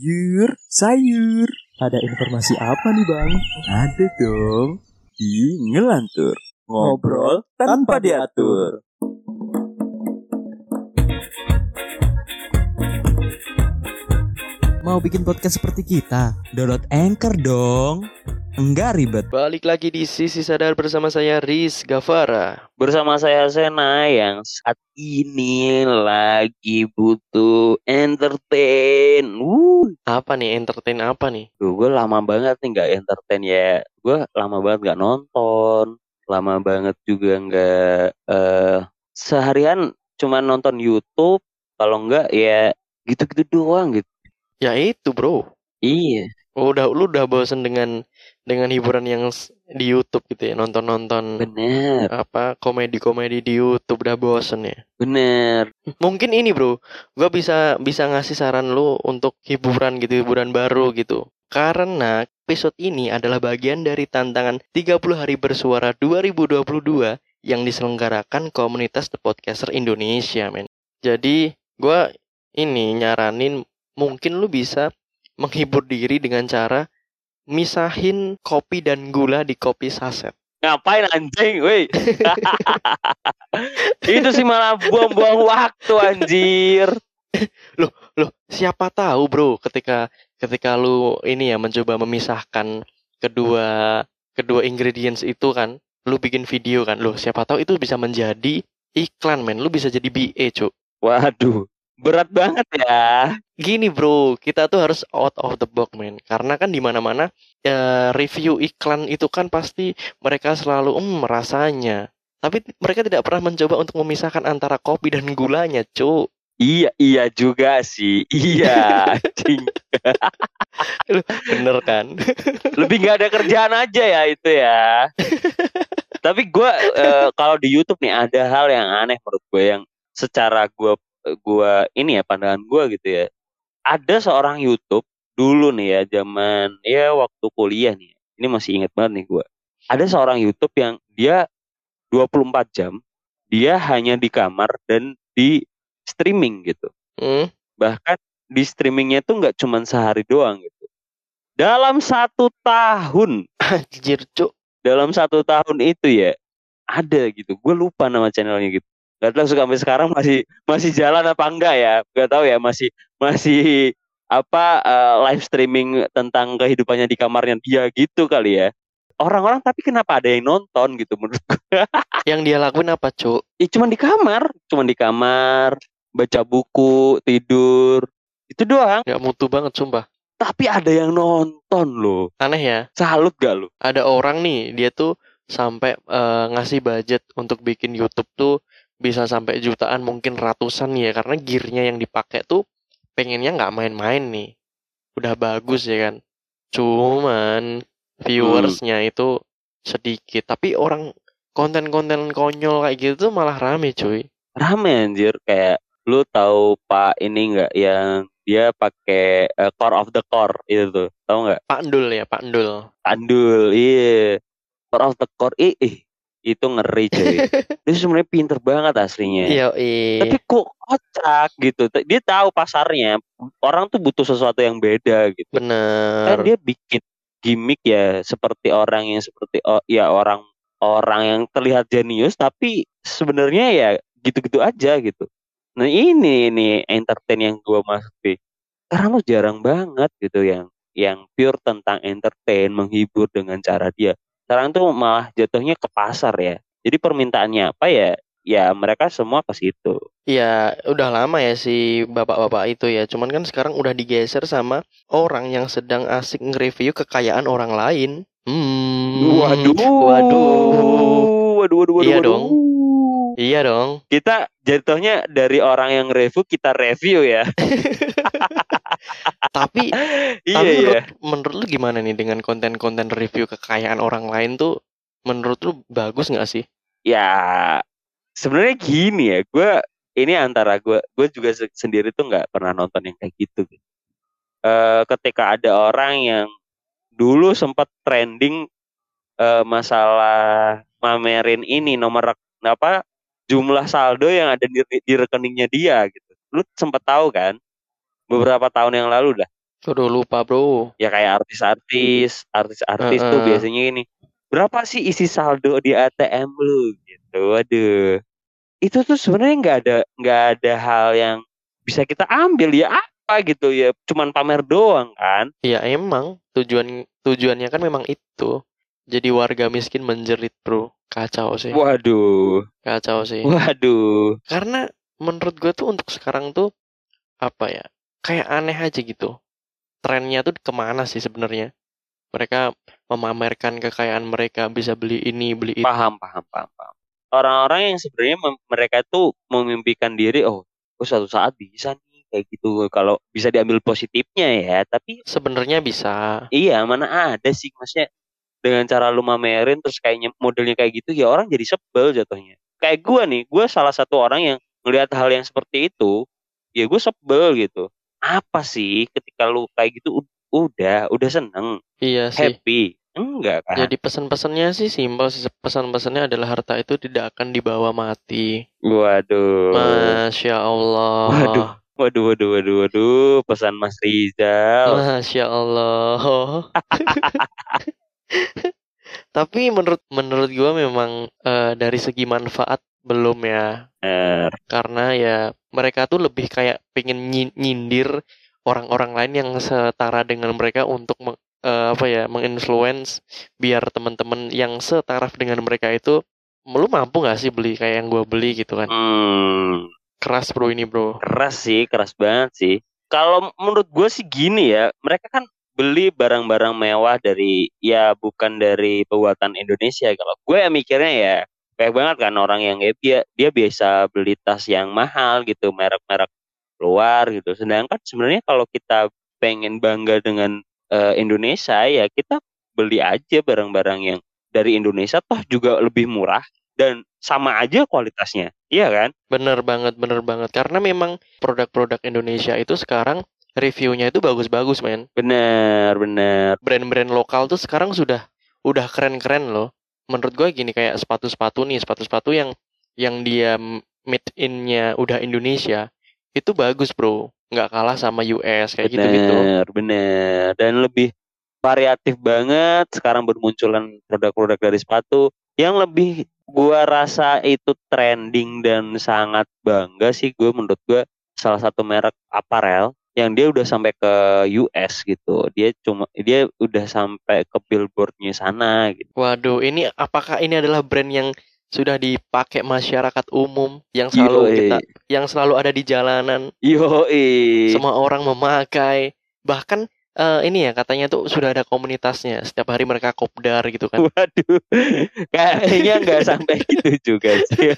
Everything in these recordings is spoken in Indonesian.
Sayur, sayur. Ada informasi apa nih bang? Ada dong. Di Ngelantur. Ngobrol tanpa diatur. Mau bikin podcast seperti kita? Download Anchor dong. Enggak ribet. Balik lagi di Sisi Sadar bersama saya Riz Gavara. Bersama saya Sena yang saat ini lagi butuh entertain. Apa nih, entertain apa nih? Gue lama banget nih gak entertain ya. Gue lama banget gak nonton. Lama banget juga gak seharian cuma nonton YouTube. Kalau enggak ya gitu-gitu doang gitu. Ya itu bro. Iya. Lu udah bosen dengan hiburan yang di YouTube gitu ya, nonton Bener. komedi di YouTube udah bosen ya. Bener. Mungkin ini bro, gua bisa ngasih saran lu untuk hiburan baru gitu. Karena episode ini adalah bagian dari tantangan 30 hari bersuara 2022 yang diselenggarakan komunitas The Podcaster Indonesia, men. Jadi gua ini nyaranin mungkin lu bisa menghibur diri dengan cara misahin kopi dan gula di kopi saset. Ngapain anjing, weh? Itu sih malah buang-buang waktu anjir. Loh, siapa tahu bro, ketika lu ini ya mencoba memisahkan kedua ingredients itu kan, lu bikin video kan, loh siapa tahu itu bisa menjadi iklan, men. Lu bisa jadi BA, cuk. Waduh, berat banget ya. Gini bro, kita tuh harus out of the box, men. Karena kan di mana-mana review iklan itu kan pasti mereka selalu rasanya. Tapi mereka tidak pernah mencoba untuk memisahkan antara kopi dan gulanya, cuk. Iya juga sih. Iya, anjing. Bener kan? Lebih nggak ada kerjaan aja ya itu ya. Tapi gue kalau di YouTube nih ada hal yang aneh menurut gue yang secara gue ini ya pandangan gue gitu ya. Ada seorang YouTube dulu nih ya zaman ya waktu kuliah nih. Ini masih inget banget nih gue. Ada seorang YouTube yang dia 24 jam dia hanya di kamar dan di streaming gitu. Bahkan di streamingnya tuh nggak cuma sehari doang gitu. Dalam 1 tahun. Anjir, cuk. Dalam 1 tahun itu ya ada gitu. Gue lupa nama channelnya gitu. Gak tahu sampai sekarang masih jalan apa enggak ya. Gak tahu ya masih live streaming tentang kehidupannya di kamarnya dia gitu kali ya. Orang-orang tapi kenapa ada yang nonton gitu menurut gue. Yang dia lakuin apa, cuk? Cuma di kamar, baca buku, tidur. Itu doang. Gak mutu banget, sumpah. Tapi ada yang nonton loh. Aneh ya? Salut gak lo? Ada orang nih, dia tuh sampai ngasih budget untuk bikin YouTube tuh bisa sampai jutaan, mungkin ratusan ya. Karena gearnya yang dipakai tuh pengennya gak main-main nih. Udah bagus ya kan. Cuman viewersnya itu sedikit. Tapi orang konten-konten konyol kayak gitu tuh malah rame, cuy. Rame anjir. Kayak lu tahu Pak ini gak yang dia pakai Core of the Core itu tuh. Tahu gak? Pak Ndul, iya. Core of the Core itu ngeri cuy. Dia sebenarnya pinter banget aslinya. Iya. Tapi kok kocak gitu. Dia tahu pasarnya. Orang tuh butuh sesuatu yang beda gitu. Bener. Kan dia bikin gimmick ya seperti orang orang yang terlihat jenius tapi sebenarnya ya gitu-gitu aja gitu. Nah ini entertain yang gue maksud. Karena lo jarang banget gitu yang pure tentang entertain, menghibur dengan cara dia. Sekarang tuh malah jatuhnya ke pasar ya. Jadi permintaannya apa ya mereka semua ke situ. Ya udah lama ya si bapak-bapak itu ya. Cuman kan sekarang udah digeser sama orang yang sedang asik nge-review kekayaan orang lain. Waduh. Iya dong. Kita jatuhnya dari orang yang review kita review ya. Tapi iya. Menurut lu gimana nih dengan konten-konten review kekayaan orang lain tuh? Menurut lu bagus nggak sih? Ya sebenarnya gini ya. Gue juga sendiri tuh nggak pernah nonton yang kayak gitu. Ketika ada orang yang dulu sempat trending masalah mamerin ini nomor jumlah saldo yang ada di rekeningnya dia gitu. Lu sempat tahu kan? Beberapa tahun yang lalu dah. Udah lupa bro. Ya kayak artis tuh Heeh. biasanya ini, berapa sih isi saldo di ATM lu gitu. Waduh. Itu tuh sebenarnya nggak ada hal yang bisa kita ambil ya, apa gitu ya, cuman pamer doang kan. Ya emang tujuannya kan memang itu. Jadi warga miskin menjerit bro. Kacau sih. Waduh. Kacau sih. Waduh. Karena menurut gue tuh untuk sekarang tuh apa ya? Kayak aneh aja gitu. Trennya tuh kemana sih sebenarnya? Mereka memamerkan kekayaan mereka bisa beli ini, beli itu. Paham. Orang-orang yang sebenarnya mereka tuh memimpikan diri, oh, gue suatu saat bisa nih kayak gitu, kalau bisa diambil positifnya ya. Tapi Sebenarnya bisa. iya, mana ada sih, maksudnya dengan cara lu mamerin terus kayaknya modelnya kayak gitu, ya orang jadi sebel jatuhnya. Kayak gue nih, gue salah satu orang yang ngelihat hal yang seperti itu, ya gue sebel gitu. Apa sih ketika lu kayak gitu udah seneng, Iya sih. happy, enggak kan? Jadi pesan-pesannya sih simpel sih. Pesan-pesannya adalah harta itu tidak akan dibawa mati. Waduh. Masya Waduh, Allah. waduh, pesan Mas Rizal. Masya Allah. Tapi menurut gua memang dari segi manfaat belum ya. Er, Karena ya mereka tuh lebih kayak pengen nyindir orang-orang lain yang setara dengan mereka untuk apa ya, menginfluence biar teman-teman yang setaraf dengan mereka itu, lu mampu nggak sih beli kayak yang gua beli gitu kan. hmm, Keras bro ini bro. keras banget sih. Kalau menurut gue sih gini ya, mereka kan beli barang-barang mewah dari, ya bukan dari buatan Indonesia. Kalau gue ya mikirnya ya, kayak banget kan orang yang ya, dia biasa beli tas yang mahal gitu, merek-merek luar gitu. Sedangkan sebenarnya kalau kita pengen bangga dengan Indonesia, ya kita beli aja barang-barang yang dari Indonesia, toh juga lebih murah dan sama aja kualitasnya. Iya kan? Bener banget. Karena memang produk-produk Indonesia itu sekarang reviewnya itu bagus-bagus, men. Bener. Brand-brand lokal tuh sekarang udah keren-keren loh. Menurut gue gini, kayak sepatu-sepatu nih, sepatu-sepatu yang dia made in-nya udah Indonesia, itu bagus, bro. Nggak kalah sama US, kayak gitu-gitu. Bener. Dan lebih variatif banget. Sekarang bermunculan produk-produk dari sepatu yang lebih gua rasa itu trending dan sangat bangga sih gue, menurut gue salah satu merek aparel yang dia udah sampai ke US gitu. Dia udah sampai ke billboardnya sana gitu. Waduh, ini apakah ini adalah brand yang sudah dipakai masyarakat umum, Yoi. yang selalu ada di jalanan? Yoi. Semua orang memakai, bahkan ini ya katanya tuh sudah ada komunitasnya, setiap hari mereka kopdar gitu kan. Waduh. Kayaknya nggak sampai gitu juga sih.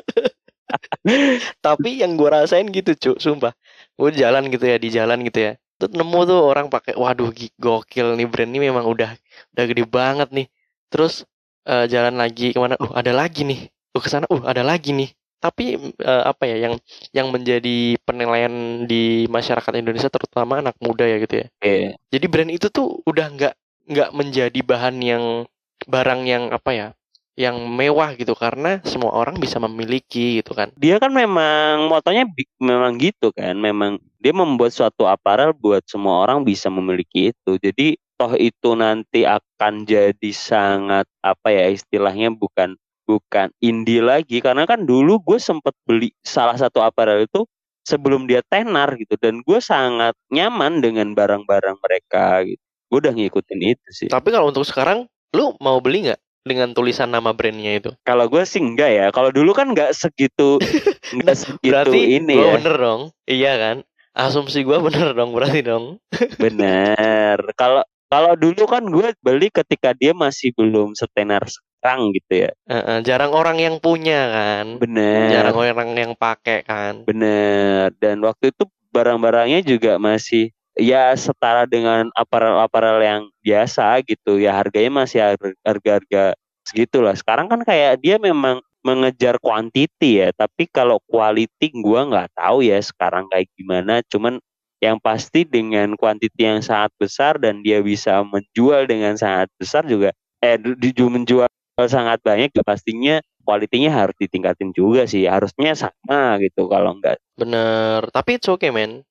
Tapi yang gue rasain gitu cuy, sumpah. Gue jalan gitu ya, di jalan gitu ya, tuh nemu tuh orang pakai, waduh gokil nih, brand ini memang udah gede banget nih. Terus jalan lagi kemana, ada lagi nih. Ke sana, ada lagi nih. Tapi apa ya, yang menjadi penilaian di masyarakat Indonesia terutama anak muda ya gitu ya. Iya. Jadi brand itu tuh udah nggak menjadi bahan yang barang yang apa ya, yang mewah gitu, karena semua orang bisa memiliki gitu kan. Dia kan memang motonya memang gitu kan, memang dia membuat suatu aparel buat semua orang bisa memiliki itu. Jadi toh itu nanti akan jadi sangat apa ya, istilahnya bukan bukan indie lagi, karena kan dulu gue sempet beli salah satu aparel itu sebelum dia tenar gitu, dan gue sangat nyaman dengan barang-barang mereka gitu. Gue udah ngikutin itu sih. Tapi kalau untuk sekarang, lu mau beli nggak dengan tulisan nama brandnya itu? Kalau gue sih enggak ya. Kalau dulu kan nggak segitu Nah, nggak segitu berarti ini gue ya. bener dong. Iya kan? Asumsi gue bener dong berarti dong. Bener. Kalau kalau dulu kan gue beli ketika dia masih belum setenar sekarang gitu ya. Jarang orang yang punya kan. Jarang Bener, orang yang pakai kan. bener. Dan waktu itu barang-barangnya juga masih ya setara dengan aparel-aparel yang biasa gitu. Ya harganya masih harga-harga segitulah. Sekarang kan kayak dia memang mengejar quantity ya. Tapi kalau quality gue nggak tahu ya sekarang kayak gimana. Cuman yang pasti dengan quantity yang sangat besar dan dia bisa menjual dengan sangat besar juga, menjual sangat banyak, ya pastinya kualitinya harus ditingkatin juga sih, harusnya sama gitu kalau enggak. Bener. Tapi it's okay men.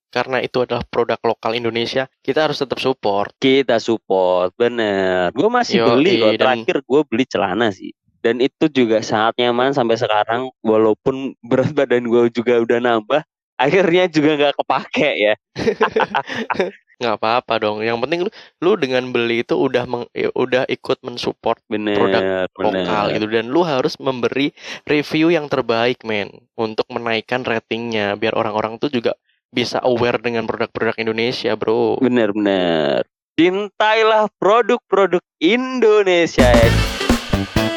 karena itu adalah produk lokal Indonesia, kita harus tetap support. Kita support, bener. Gue masih beli kok. Terakhir gue beli celana sih. Dan itu juga sangat nyaman sampai sekarang. Walaupun berat badan gue juga udah nambah, akhirnya juga nggak kepake ya. Nggak apa-apa dong. Yang penting lu dengan beli itu udah ikut mensupport produk lokal gitu. Dan lu harus memberi review yang terbaik, men, untuk menaikkan ratingnya biar orang-orang tuh juga bisa aware dengan produk-produk Indonesia, bro. Bener-bener. Cintailah produk-produk Indonesia ya.